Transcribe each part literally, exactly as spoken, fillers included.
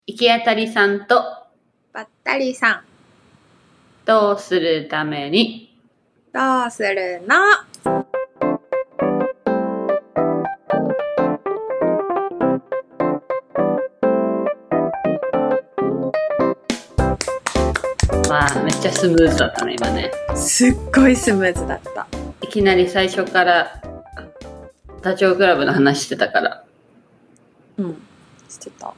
行き当たりさんとばったりさん、 どうするためにどうするの？ まあめっちゃスムーズだったね今ね。 すっごいスムーズだった。 いきなり最初からダチョウ倶楽部の話してたからうんしてた。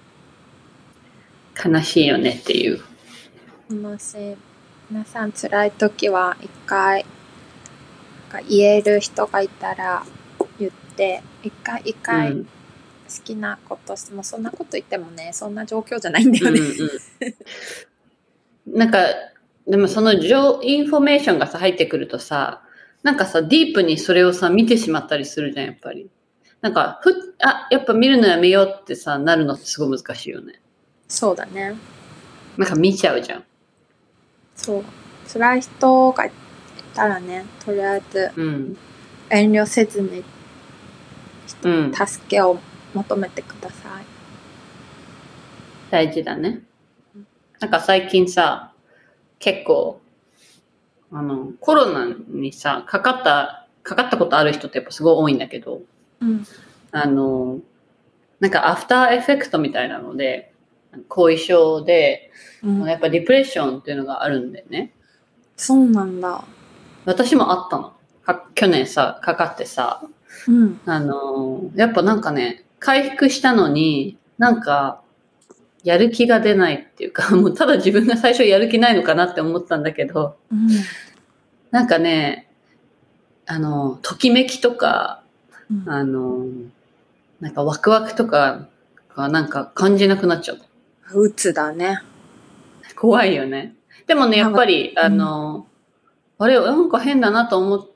悲しいよねっていう。 もし皆さん辛い時は一回なんか言える人がいたら言って一回一回好きなことして、うん、もそんなこと言ってもねそんな状況じゃないんだよね、うんうん、なんかでもその情インフォメーションがさ入ってくるとさなんかさディープにそれをさ見てしまったりするじゃんやっぱり。なんかふあやっぱ見るのやめようってさなるのってすごい難しいよね。 そうだね。 なんか見ちゃうじゃん。 そう辛い人がいたらねとりあえず遠慮せずに、うん、助けを求めてください。 大事だね。なんか最近さ結構あのコロナにさかかったかかったことある人ってやっぱすごい多いんだけど、 うん、 あのなんかアフターエフェクトみたいなので後遺症で、うん、やっぱディプレッションっていうのがあるんだよね。 そうなんだ。 私もあったの。去年さかかってさ、うん、あのやっぱなんかね回復したのになんかやる気が出ないっていうかもうただ自分が最初やる気ないのかなって思ったんだけど、うん、なんかねあのときめきとか、うん、あのなんかワクワクとかがなんか感じなくなっちゃう。 うつだね。 怖いよね。でもねやっぱりあの、うん、あれなんか変だなと思って、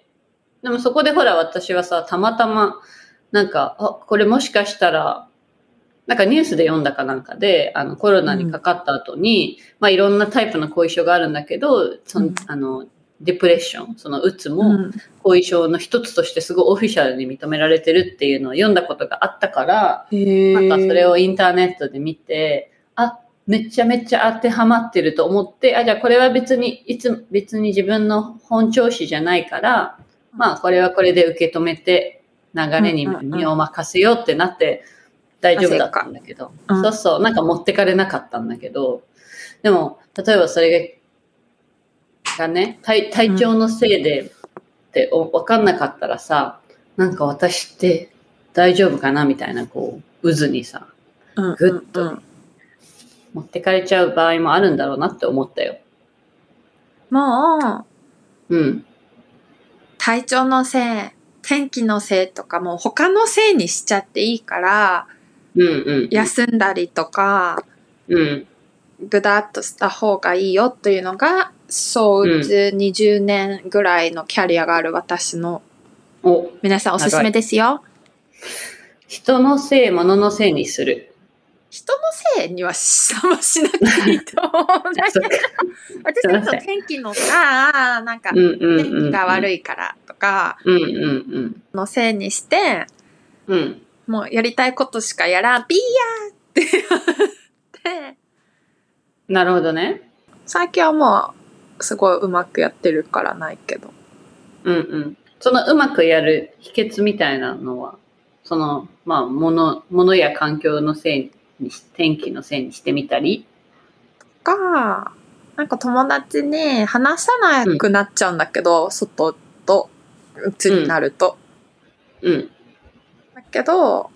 でもそこでほら私はさたまたまなんかあこれもしかしたらなんかニュースで読んだかなんかであのコロナにかかった後に、うん、まあいろんなタイプの後遺症があるんだけどその、うん、あのディプレッションそのうつも後遺症の一つとしてすごいオフィシャルに認められてるっていうのを読んだことがあったから、なんかそれをインターネットで見てあめちゃめちゃ当てはまってると思ってあじゃあこれは別にいつ別に自分の本調子じゃないからまあこれはこれで受け止めて流れに身を任せようってなって大丈夫だったんだけど、うん、そうそうなんか持ってかれなかったんだけどでも例えばそれがね 体, 体調のせいでって分かんなかったらさなんか私って大丈夫かなみたいなこう渦にさぐっと持ってかれちゃう場合もあるんだろうなって思ったよ。 もう、うん、 体調のせい天気のせいとかもう他のせいにしちゃっていいから、 うんうんうん、 休んだりとか、 うん、 ぐだっとした方がいいよというのがそううつにじゅうねんぐらいのキャリアがある私の、うん、皆さんおすすめですよ。 人のせい物のせいにする。 人のせいにはしなくていいと思うんだけど私はちょっと天気のさなんか天気が悪いからとかのせいにして、 うん、 もうやりたいことしかやらビーヤーって言ってなるほどね。 最近はもうすごいうまくやってるからないけどうんうんそのうまくやる秘訣みたいなのはそのまあ物物や環境のせいにし天気のせいにしてみたりとかなんか友達に話さなくなっちゃうんだけど、うん、外とうつになると、 うん、うん、 だけど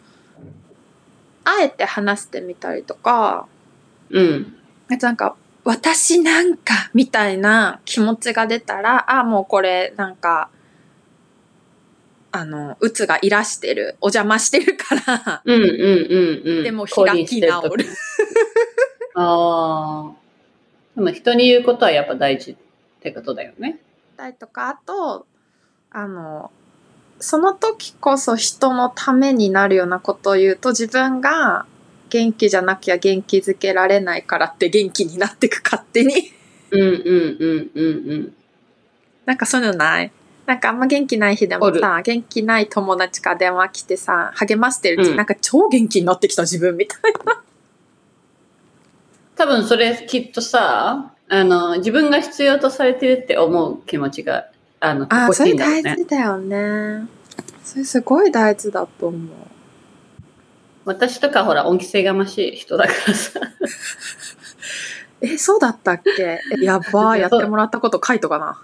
あえて話してみたりとか、 うん、 なんか私なんかみたいな気持ちが出たらあもうこれなんかあのうつがいらしてるお邪魔してるからうんうんうんうんでも開き直るああでも人に言うことはやっぱ大事ってことだよね。 とかあとあのその時こそ人のためになるようなことを言うと自分が元気じゃなきゃ元気づけられないからって元気になってく勝手にうんうんうんうんうんなんかそういうのないなんかあんま元気ない日でもさ、元気ない友達から電話来てさ、励ましてるうちに、うん、なんか超元気になってきた自分みたいな。 多分それきっとさ、あの、自分が必要とされてるって思う気持ちが、あの、 心地いいんだろうね。あ、それ大事だよね。それすごい大事だと思う。 私とかほら、恩着せがましい人だからさ。 え、そうだったっけ？やばー、やってもらったこと書いとかな。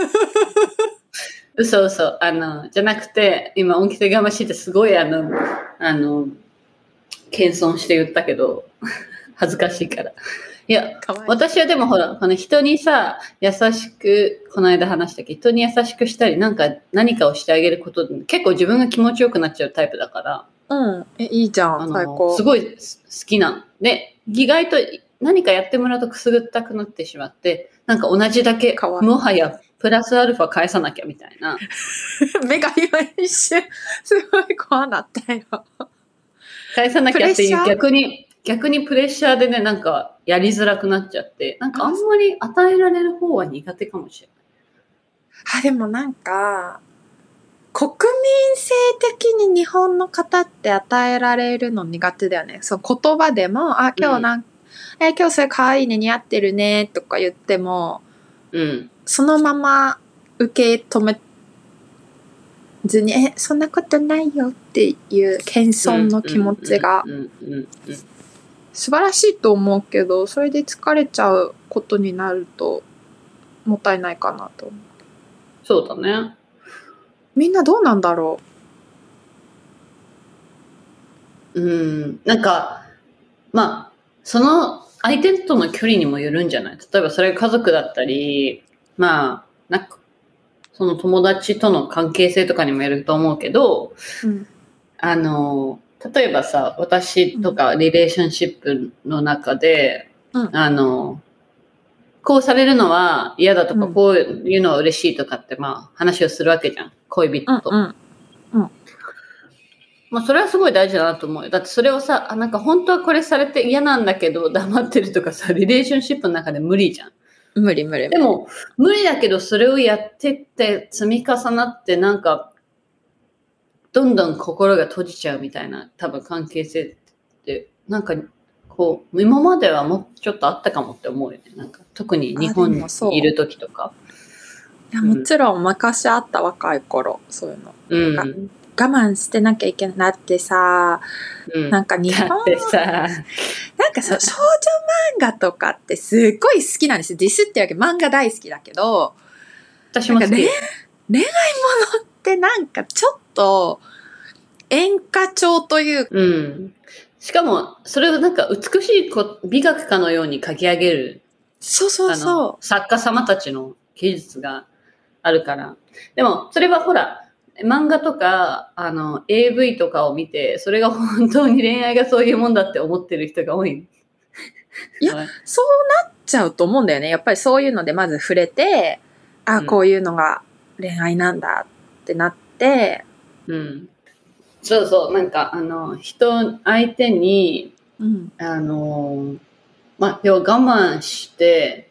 嘘嘘。あの、じゃなくて、今、恩着せがましいってすごい、あの、あの、謙遜して言ったけど、恥ずかしいから。いや、い私はでもほら、あの人にさ、優しく、この間話したけど、人に優しくしたり、なんか、何かをしてあげることで、結構自分が気持ちよくなっちゃうタイプだから。 うん。え、いいじゃん、最高。 すごい好きな。で、意外と何かやってもらうとくすぐったくなってしまって、なんか同じだけ、もはやプラスアルファ返さなきゃみたいな。 目が今一瞬、すごい怖なったよ。 返さなきゃっていう逆に、逆にプレッシャーでね、なんかやりづらくなっちゃって、なんかあんまり与えられる方は苦手かもしれない。 あ、でもなんか、国民性的に日本の方って与えられるの苦手だよね。そう言葉でも、あ、今日なん、うん、え、今日それ可愛いね、似合ってるね、とか言っても、 うん、 そのまま受け止めずに、え、そんなことないよっていう謙遜の気持ちが素晴らしいと思うけど、それで疲れちゃうことになるともったいないかなと思う。 そうだね。 みんなどうなんだろう。うん、なんか、まあ、その相手との距離にもよるんじゃない？例えばそれが家族だったり、まあ、なんか、その友達との関係性とかにもよると思うけど、 うん、 あの、例えばさ、私とかリレーションシップの中で、うん、あの、こうされるのは嫌だとか、うん、こういうのは嬉しいとかって、まあ、話をするわけじゃん。恋人と。うんうんうん、まあ、それはすごい大事だなと思うよ。だってそれをさ、あ、なんか本当はこれされて嫌なんだけど、黙ってるとかさ、リレーションシップの中で無理じゃん。 無理無理無理。 でも、無理だけど、それをやってって積み重なって、なんか、どんどん心が閉じちゃうみたいな、多分関係性って、なんか、こう、今まではもうちょっとあったかもって思うよね。なんか、特に日本にいる時とか。 いや、もちろん昔あった、若い頃、そういうの。 うん。 我慢してなきゃいけないなってさ、うん、なんか日本だってさ、 なんかさ、少女漫画とかってすっごい好きなんですよ。ディスってるわけ、漫画大好きだけど、 私も好き。恋愛ものってなんかちょっと演歌調というか、 うん。しかも、それをなんか美しい美学家のように書き上げる。 そうそうそう。 作家様たちの技術があるから。でも、それはほら、漫画とか、あの、エーブイ とかを見て、それが本当に恋愛がそういうもんだって思ってる人が多い。 いや、そうなっちゃうと思うんだよね。やっぱりそういうのでまず触れて、あ、うん、こういうのが恋愛なんだってなって、 うん。そうそう、なんか、あの、人、相手に、うん、あの、まあ、要は我慢して、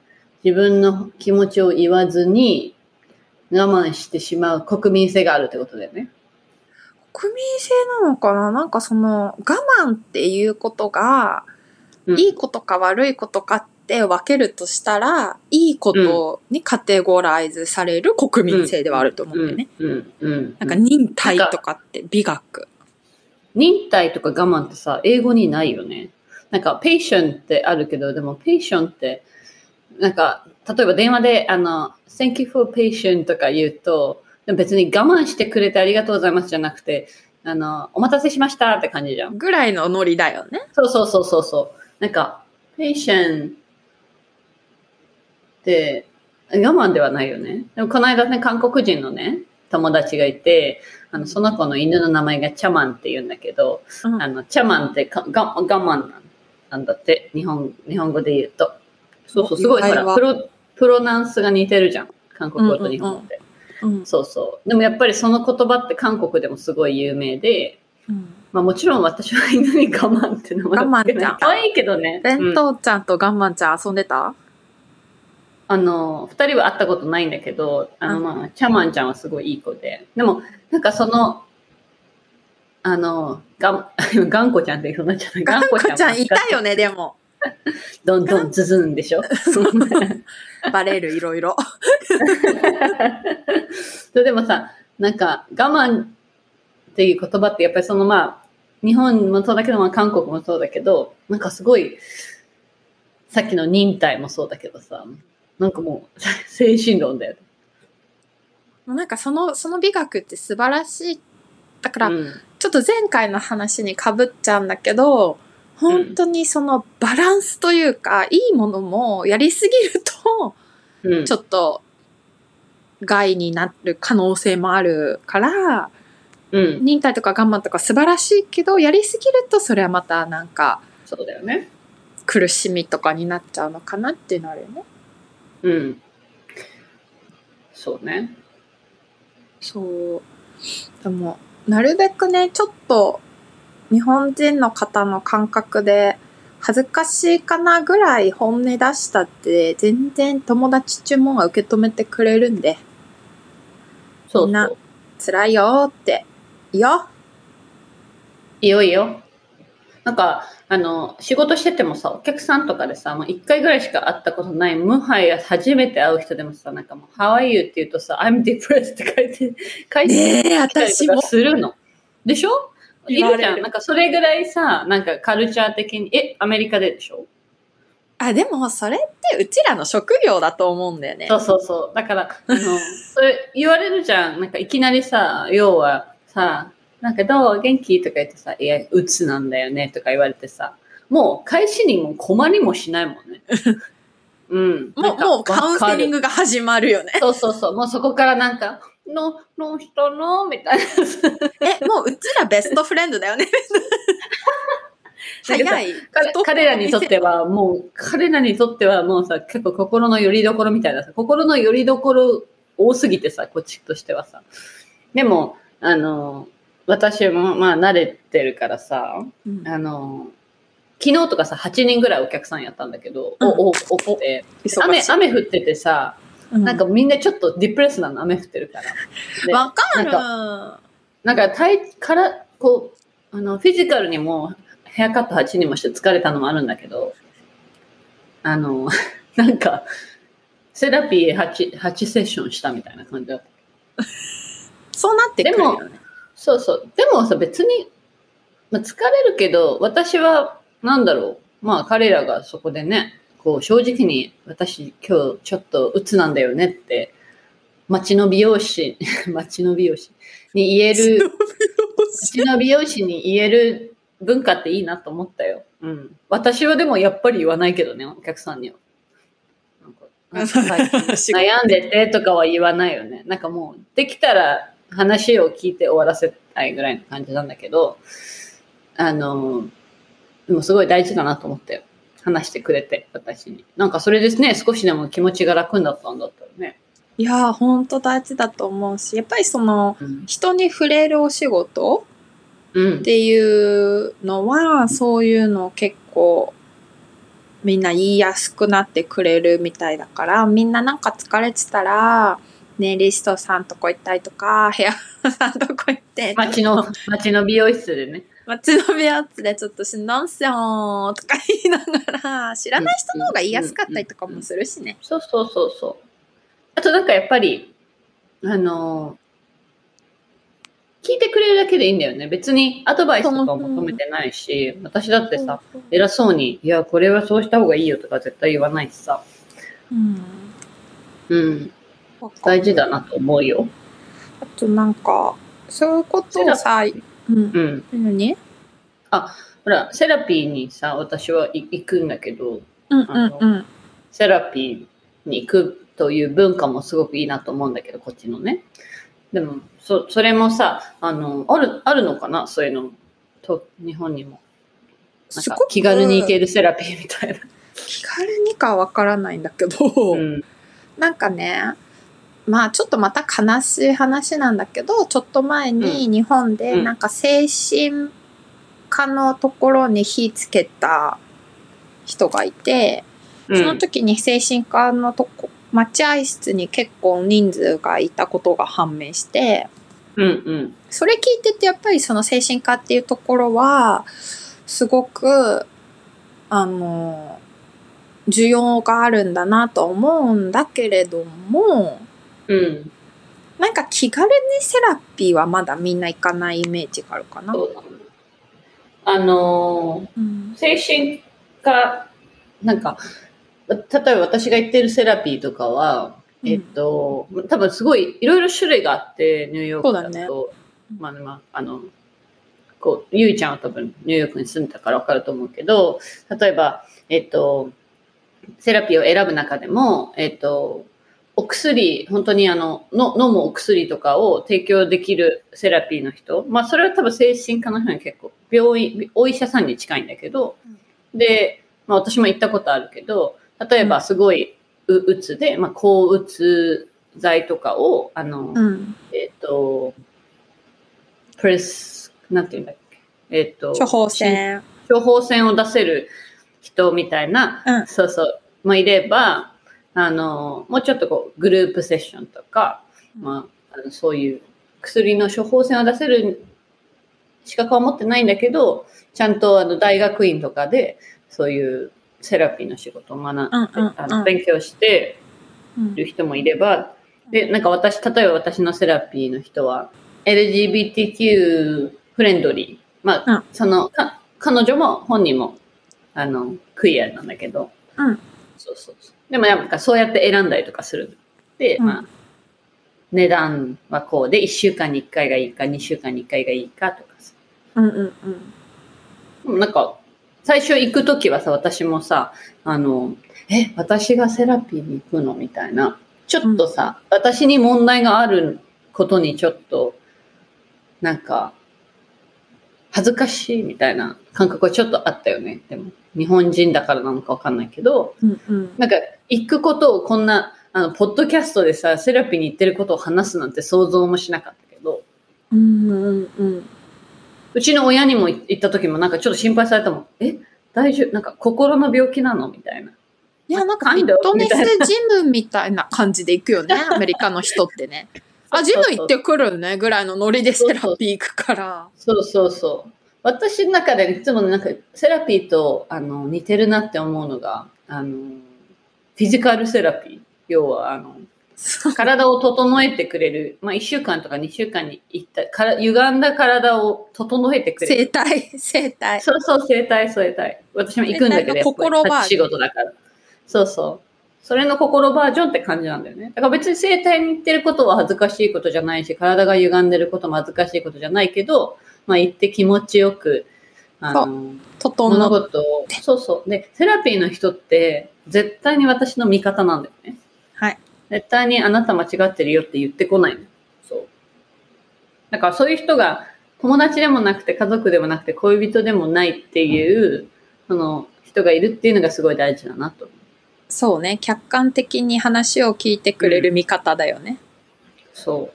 自分の気持ちを言わずに、我慢してしまう国民性があるってことだよね。 国民性なのかな？なんかその、我慢っていうことが、うん、いいことか悪いことかって分けるとしたら、いいことにカテゴライズされる国民性ではあると思うんだよね。なんか忍耐とかって美学。 忍耐とか我慢ってさ、英語にないよね。なんか、ペイションってあるけど、でも、ペイションって、なんか、例えば電話で、あの、Thank you for patient とか言うと、でも別に我慢してくれてありがとうございますじゃなくて、あの、お待たせしましたって感じじゃん。 ぐらいのノリだよね。 そうそうそうそうそう。なんか、patient って、我慢ではないよね。でもこの間ね、韓国人のね、友達がいて、あのその子の犬の名前がチャマンって言うんだけど、うん、あのチャマンってかが我慢なんだって、日本日本語で言うと。そうそう、すごいほらプロプロナンスが似てるじゃん、韓国語と日本語って、うんうんうん。そうそう。でもやっぱりその言葉って韓国でもすごい有名で、うん、まあもちろん私は犬に我慢って名前我慢ちゃん。 可愛いけどね。 弁当ちゃんと我慢ちゃん遊んでた？ あの、二人は会ったことないんだけど、あの、まあ、チャマンちゃんはすごいいい子で。でも、なんかその、あの、がん、頑固ちゃんって言うなっちゃった。 頑固ちゃんいたよね、でも。 どんどん続んでしょバレる、いろいろ。 それでもさ、なんか、我慢っていう言葉って、やっぱりそのまあ、日本もそうだけど、まあ、韓国もそうだけど、なんかすごい、さっきの忍耐もそうだけどさ、なんかもう、精神論だよね。 もうなんかその、その美学って素晴らしい。だから、 うん、 ちょっと前回の話に被っちゃうんだけど、本当にそのバランスというか、いいものもやりすぎると、 うん、 ちょっと害になる可能性もあるから、 うん、 忍耐とか我慢とか素晴らしいけど、やりすぎるとそれはまたなんか、 そうだよね。 苦しみとかになっちゃうのかなっていうのあるよね。 うん。そうね。 そう。でも、なるべくね、ちょっと日本人の方の感覚で恥ずかしいかなぐらい本音出したって全然友達注文は受け止めてくれるんで。 そうそう。 みんな辛いよっていいよ。 いいよいいよ。なんか、あの、仕事しててもさ、お客さんとかでさ、もう一回ぐらいしか会ったことない、もはや初めて会う人でもさ、なんかもう、How are you って言うとさ、I'm depressed って書いて、書いてきたりとかするの。でしょいるじゃん。なんかそれぐらいさ、なんかカルチャー的に、え、アメリカででしょあ、でもそれってうちらの職業だと思うんだよね。 そうそうそう。だから、あの、それ言われるじゃん。なんかいきなりさ、要はさ、なんかどう元気とか言ってさ、いや、うつなんだよねとか言われてさ、もう返しにも困りもしないもんね。うん。 もう、もうカウンセリングが始まるよね。 そうそうそう。もうそこからなんか、の、の人の、みたいな。 え、もううちらベストフレンドだよね。早い。 彼らにとっては、もう、彼らにとってはもうさ、結構心の拠り所みたいなさ、心の拠り所多すぎてさ、こっちとしてはさ。でも、あの、私もまあ慣れてるからさ、うん、あの、昨日とかさ、はちにんぐらいお客さんやったんだけど、うん、お、お、多くて、雨、雨降っててさ、うん、なんかみんなちょっとディプレスなの、雨降ってるから。 わかる。 なんか、なんか体から、こう、あの、フィジカルにも、ヘアカットはちにんもして疲れたのもあるんだけど、あの、なんか、セラピー 8, 8セッションしたみたいな感じだった。 そうなってくるよね。 でも、そうそう。でもさ、別に、まあ、疲れるけど、私は、なんだろう。まあ、彼らがそこでね、こう、正直に、私、今日ちょっと鬱なんだよねって、街の美容師、街の美容師に言える、街の美容師に言える文化っていいなと思ったよ。うん。私はでもやっぱり言わないけどね、お客さんには。なんかなんか悩んでてとかは言わないよね。なんかもう、できたら話を聞いて終わらせたいぐらいの感じなんだけど、あの、でもすごい大事だなと思ったよ。話してくれて、私に。なんかそれですね、少しでも気持ちが楽になったんだったらね。 いやー、ほんと大事だと思うし、やっぱりその、うん、人に触れるお仕事っていうのは、うん、そういうの結構、みんな言いやすくなってくれるみたいだから、みんななんか疲れてたら、ネイリストさんとこ行ったりとか、ヘアさんとこ行って。 街の、街の美容室でね。 街の美容室でちょっとしんどんすよーとか言いながら、知らない人の方が言いやすかったりとかもするしね。 そうそうそうそう。あとなんかやっぱり、あの、聞いてくれるだけでいいんだよね。別にアドバイスとか求めてないし、私だってさ、偉そうに、いや、これはそうした方がいいよとか絶対言わないしさ。うん。うん。大事だなと思うよ。 あとなんか、そういうことをさ、うん。うん。何？ あ、ほら、セラピーにさ、私は行くんだけど、 うんうんうん。 セラピーに行くという文化もすごくいいなと思うんだけど、こっちのね。でも、そ、それもさ、あの、ある、あるのかなそういうの。と、日本にも。なんか、気軽に行けるセラピーみたいな。 気軽にかわからないんだけど、うん、なんかね、まあちょっとまた悲しい話なんだけど、ちょっと前に日本でなんか精神科のところに火つけた人がいて、うん、その時に精神科のとこ待合室に結構人数がいたことが判明して、 うんうん、 それ聞いててやっぱりその精神科っていうところはすごくあの需要があるんだなと思うんだけれども、 うん、 なんか気軽にセラピーはまだみんな行かないイメージがあるかな。 そうだね、あのーうん、精神科なんか例えば私が行ってるセラピーとかは、うん、えっと多分すごいいろいろ種類があってニューヨークだと、そうだね、まあまああのこうゆいちゃんは多分ニューヨークに住んでたから分かると思うけど、例えばえっとセラピーを選ぶ中でもえっとお薬本当にあのの飲むお薬とかを提供できるセラピーの人、まあそれは多分精神科の人に結構病院お医者さんに近いんだけど、うん、で、まあ、私も行ったことあるけど、例えばすごいううつで、まあ、抗うつ剤とかをあの、うん、えっ、ー、とプレスなんていうんだっけ、えっ、ー、と処方箋処方箋を出せる人みたいな、うん、そうそうもいれば、あのもうちょっとこうグループセッションとか、うん、まあ、あのそういう薬の処方箋を出せる資格は持ってないんだけど、ちゃんとあの大学院とかでそういうセラピーの仕事を学んで、うんうんうん、あの勉強してる人もいれば、うん、でなんか私例えば私のセラピーの人は エルジービーティーキュー フレンドリー、まあ、うん、そのか彼女も本人もあのクイアなんだけど、うん、そうそうそう、でもなんかそうやって選んだりとかするで、うん、まあ値段はこうでいっしゅうかんにいっかいがいいかにしゅうかんにいっかいがいいかとかさ、うんうんうん、なんか最初行くときはさ、私もさ、あのえ私がセラピーに行くのみたいな、ちょっとさ、うん、私に問題があることにちょっとなんか恥ずかしいみたいな感覚はちょっとあったよね。でも日本人だからなのか分かんないけど、うんうん、なんか行くことをこんなあのポッドキャストでさセラピーに行ってることを話すなんて想像もしなかったけど、うんうんうん、うちの親にも行った時もなんかちょっと心配されたもん。え大丈夫、なんか心の病気なのみたいな。 いやなんかフィットネスジムみたいな感じで行くよねアメリカの人ってね。あジム行ってくるねぐらいのノリでセラピー行くから。 そうそうそう。私の中でいつもなんかセラピーとあの似てるなって思うのがあのフィジカルセラピー、要はあの体を整えてくれる、まあ、いっしゅうかんとかにしゅうかんに行ったから歪んだ体を整えてくれる整体整体そうそう整体整体私も行くんだけどやっぱり仕事だからそうそうそれの心バージョンって感じなんだよね。だから別に整体に行ってることは恥ずかしいことじゃないし体が歪んでることも恥ずかしいことじゃないけど、まあ、行って気持ちよくあの物事をそうそうでセラピーの人って絶対に私の味方なんだよね。 はい、 絶対にあなた間違ってるよって言ってこないの。そう。だからそういう人が友達でもなくて家族でもなくて恋人でもないっていうその人がいるっていうのがすごい大事だなと。 そうね、客観的に話を聞いてくれる味方だよね。 うん、そう。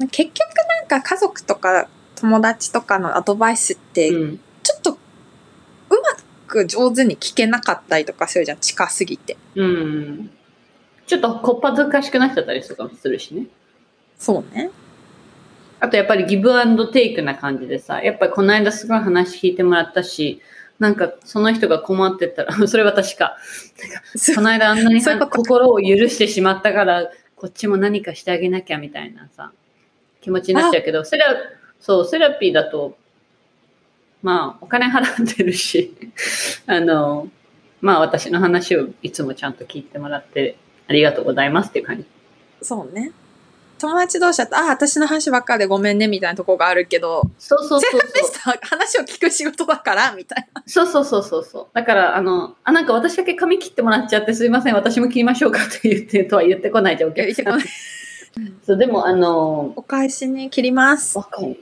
結局なんか家族とか友達とかのアドバイスってちょっとうまく上手に聞けなかったりとかするじゃん、近すぎて。 うん。ちょっとこっぱずかしくなっちゃったりとかもするしね。 そうね。 あとやっぱりギブアンドテイクな感じでさ、やっぱりこの間すごい話聞いてもらったし、なんかその人が困ってたら、それ私か。なんかこの間あんなに心を許してしまったから、こっちも何かしてあげなきゃみたいなさ、気持ちになっちゃうけど、セラ、そう、セラピーだと、まあお金払ってるし、あの、まあ私の話をいつもちゃんと聞いてもらって、ありがとうございますっていう感じ。 そうね。友達同士だと、あ、私の話ばっかでごめんねみたいなところがあるけど、 そうそうそうそう。 セラピストは話を聞く仕事だからみたいな。 そうそうそうそうそう。だからあのあなんか私だけ髪切ってもらっちゃってすいません私も切りましょうかって言ってとは言ってこないじゃんお客さん。そうでもあのお返しに切ります。 わかる。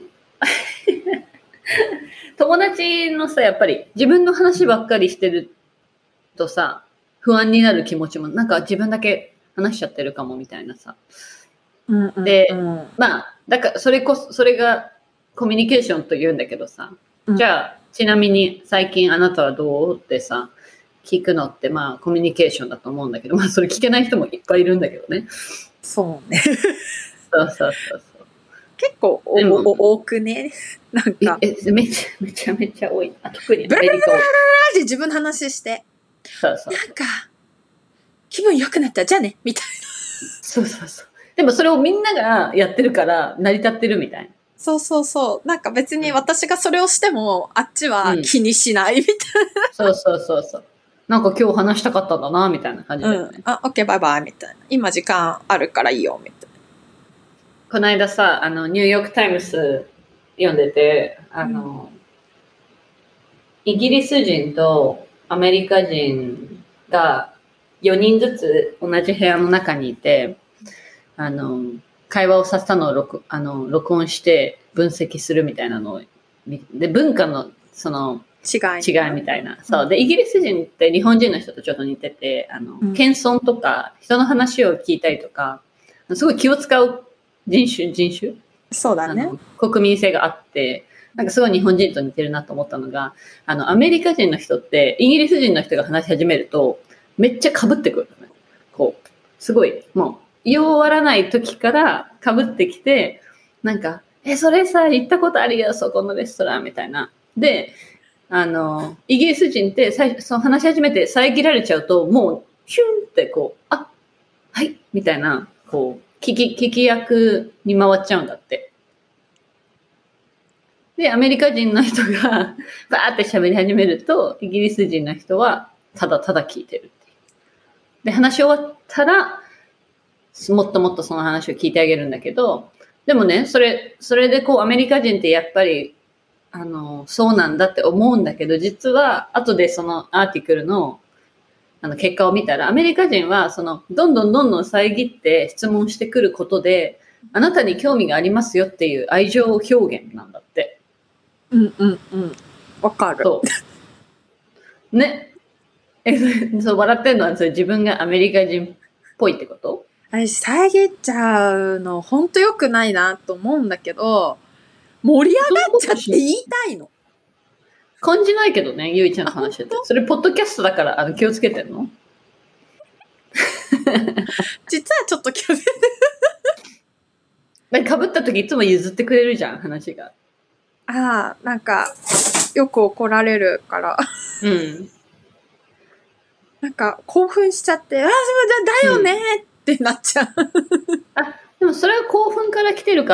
友達のさやっぱり自分の話ばっかりしてるとさ不安になる気持ちもなんか自分だけ話しちゃってるかもみたいなさ。 うんうんうん、 でまあだからそれこそそれがコミュニケーションと言うんだけどさ、うん、じゃあちなみに最近あなたはどうってさ聞くのってまあコミュニケーションだと思うんだけど、まあそれ聞けない人もいっぱいいるんだけどね。 そうね。 そうそうそうそう。 結構おお多くね。なんかええめちゃめちゃめちゃ多い。あ、特にアメリカ多い。 ブラブラブラブラで自分の話して、 そうそう。 なんか気分良くなったじゃあねみたいな。 そうそうそう。でもそれをみんながやってるから成り立ってるみたいな。 そうそうそう。なんか別に私がそれをしても、あっちは気にしないみたいな。 そうそうそうそう。なんか今日話したかったんだなみたいな感じだよね。 うん。あ、オッケーバイバイみたいな。今時間あるからいいよみたいな。 この間さ、あのニューヨークタイムズ読んでて、あの、うん、イギリス人とアメリカ人がよにんずつ同じ部屋の中にいて、あの会話をさせたのを録あの録音して分析するみたいなのをで、文化のその違い、違いみたいな、うん、そうでイギリス人って日本人の人とちょっと似てて、あの、うん、謙遜とか人の話を聞いたりとかすごい気を使う人種人種そうだね、 国民性があって、なんかすごい日本人と似てるなと思ったのが、あのアメリカ人の人ってイギリス人の人が話し始めるとめっちゃ被ってくる、ね、こうすごいもう弱らない時から被ってきて、なんかえそれさ行ったことあるよそこのレストランみたいな。で、あのイギリス人って最初その話し始めて遮られちゃうともうヒュンってこうあはいみたいなこう聞き聞き役に回っちゃうんだって。でアメリカ人の人がバーって喋り始めるとイギリス人の人はただただ聞いてるっていう。で話し終わったらもっともっとその話を聞いてあげるんだけど、でもね、それ、それでこうアメリカ人ってやっぱり、あの、そうなんだって思うんだけど、実は後でそのアーティクルの、あの結果を見たら、アメリカ人はその、どんどんどんどん遮って質問してくることで、あなたに興味がありますよっていう愛情表現なんだって。 うんうんうん。わかる。 そう。ね。え、そう、笑ってんのはそれ自分がアメリカ人っぽいってこと？ 私遮っちゃうのほんと良くないなと思うんだけど、盛り上がっちゃって言いたいの。 感じないけどね、ゆいちゃんの話って。それポッドキャストだからあの気をつけてんの？ 実はちょっと気をつけてる。かぶった時いつも譲ってくれるじゃん、話が。 ああ、なんかよく怒られるから。 うん。 なんか興奮しちゃって、ああ、そうだ、だよねってなっちゃう。 あ、でもそれは興奮から来てるから、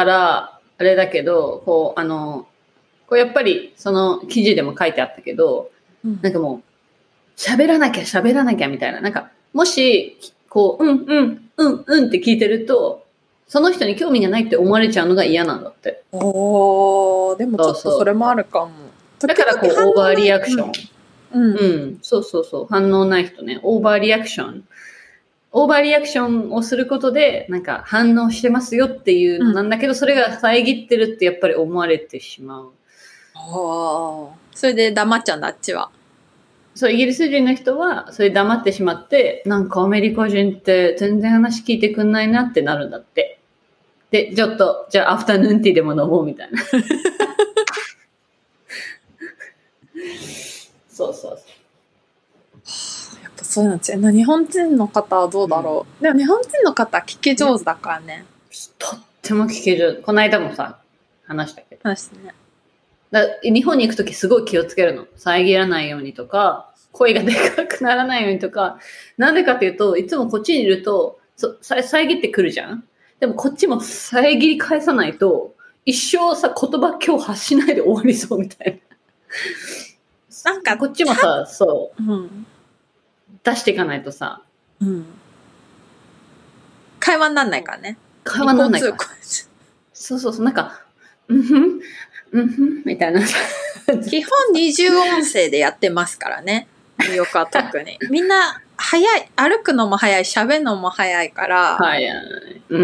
あれだけど、こう、あの、こうやっぱりその記事でも書いてあったけど、うん、なんかもう、喋らなきゃ喋らなきゃみたいな。なんか、もし、こう、うんうん、うんうんって聞いてると、その人に興味がないって思われちゃうのが嫌なんだって。 おー、でもちょっとそれもあるかも。 だからこう、オーバーリアクション。 うん、 うん、そうそうそう。反応ない人ね。オーバーリアクション。オーバーリアクションをすることで、なんか反応してますよっていうのなんだけど、うん、それが遮ってるってやっぱり思われてしまう。 ああ。それで黙っちゃうんだ、あっちは。 そう、イギリス人の人は、それ黙ってしまって、なんかアメリカ人って全然話聞いてくんないなってなるんだって。で、ちょっと、じゃあアフタヌーンティーでも飲もうみたいな。そうそうそう。 やっぱそうなんですよ。日本人の方はどうだろう。うん、でも日本人の方聞き上手だからね。 とっても聞き上手。この間もさ、話したけど。 話したね。 だ日本に行くときすごい気をつけるの。遮らないようにとか、声がでかくならないようにとか。なんでかっていうと、いつもこっちにいると、そ遮ってくるじゃん。でもこっちも遮り返さないと、一生さ、言葉今日発しないで終わりそうみたいな。なんかこっちもさ、そう、うん、出していかないとさ、 うん、会話になんないからね。 会話になんないから。そうそうそう、なんか、うんふん、うんふん、みたいな。 基本二重音声でやってますからね。ニューヨークは特に。みんな、早い、歩くのも早い、喋るのも早いから。 早い。うん。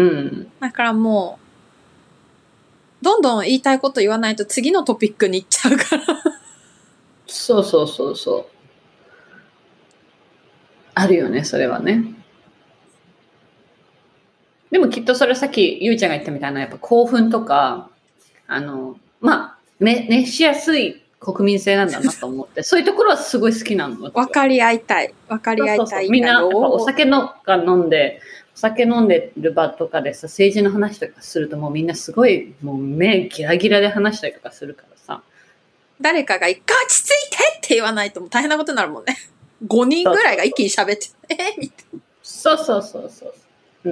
だからもう、どんどん言いたいこと言わないと次のトピックに行っちゃうから。 そうそうそうそう。あるよね、それはね。でもきっとそれさっきゆうちゃんが言ったみたいな、やっぱ興奮とか、あの、まあ、ね、熱しやすい国民性なんだなと思って、そういうところはすごい好きなの。 分かり合いたい。分かり合いたい。そうそうそう、 みんなお酒のが飲んで、お酒飲んでる場とかでさ、政治の話とかするともうみんなすごいもう目ギラギラで話したりとかするからさ。 誰かが一回落ち着いてって言わないともう大変なことになるもんね。ごにんぐらいが一気に喋って、えみたいな。 そうそうそうそう。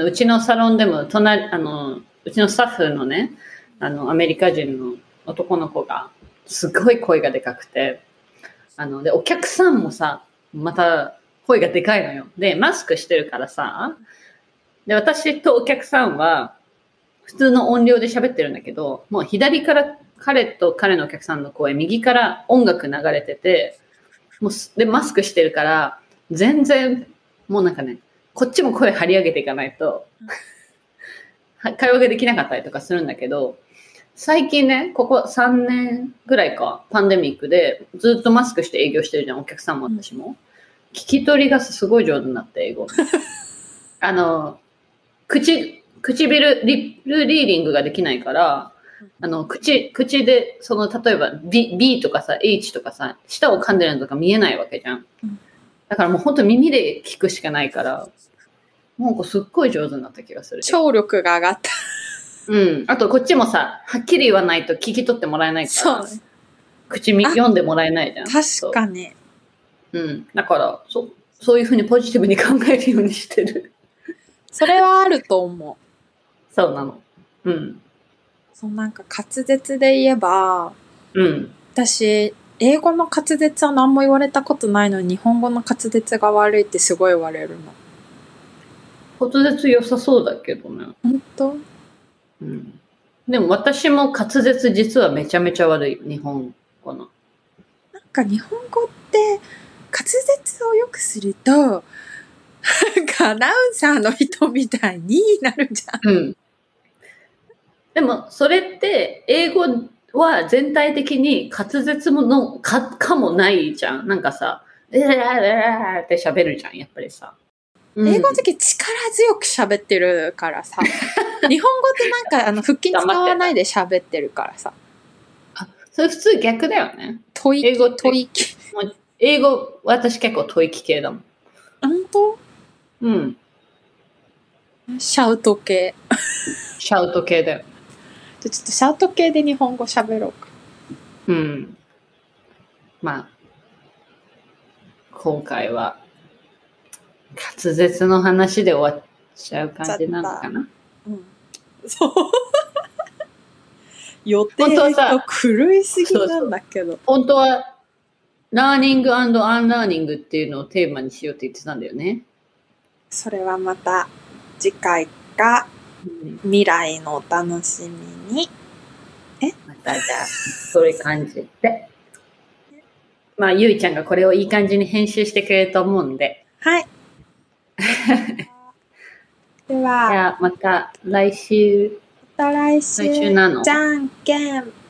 うちのサロンでも隣、あの、うちのスタッフのね、あの、アメリカ人の男の子が、すごい声がでかくて、あの、で、お客さんもさ、また声がでかいのよ。で、マスクしてるからさ、で、私とお客さんは、普通の音量で喋ってるんだけど、もう左から彼と彼のお客さんの声、右から音楽流れてて、もうで、マスクしてるから、全然、もうなんかね、こっちも声張り上げていかないと、会話ができなかったりとかするんだけど、最近ね、ここさんねんぐらいか、パンデミックでずっとマスクして営業してるじゃん、お客さんも私も。聞き取りがすごい上手になって、英語。あの、口、唇リップリーディングができないから、あの、口、口で、その、例えば B, B とかさ、H とかさ、舌を噛んでるのとか見えないわけじゃん。だからもう本当耳で聞くしかないから、もうすっごい上手になった気がする。 聴力が上がった。 うん。あとこっちもさ、はっきり言わないと聞き取ってもらえないから、そう口み読んでもらえないじゃん。 確かに。 う。うん。だから、そ、そういうふうにポジティブに考えるようにしてる。 それはあると思う。そうなの。うん。 そうなんか滑舌で言えば、 うん。 私、英語の滑舌は何も言われたことないのに、日本語の滑舌が悪いってすごい言われるの。 滑舌良さそうだけどね。 本当？ うん。でも私も滑舌実はめちゃめちゃ悪い。日本語の。 なんか日本語って滑舌を良くすると、なんかアナウンサーの人みたいになるじゃん。 うん。でもそれって英語は全体的に滑舌ものか、かもないじゃん。なんかさ、えー、えーって喋るじゃん、やっぱりさ。 うん、英語の時力強く喋ってるからさ。日本語ってなんかあの腹筋使わないで喋ってるからさ。 あ、それ普通逆だよね。 吐息。 英語吐息。 英語、私結構吐息系だもん。 本当？ うん。 シャウト系。 シャウト系だよ。 じゃちょっとシャウト系で日本語喋ろうか。 うん。まあ、今回は滑舌の話で終わっちゃう感じなのかな。うん。 そう。予定と狂いすぎなんだけど。そうそう、 本当はラーニング&アンラーニングっていうのをテーマにしようって言ってたんだよね。 それはまた次回か、うん、未来のお楽しみに。 え？またじゃあそういう感じで。まあゆいちゃんがこれをいい感じに編集してくれると思うんで。 はい。では。 じゃあまた来週。 また来週。 来週なの？ じゃんけん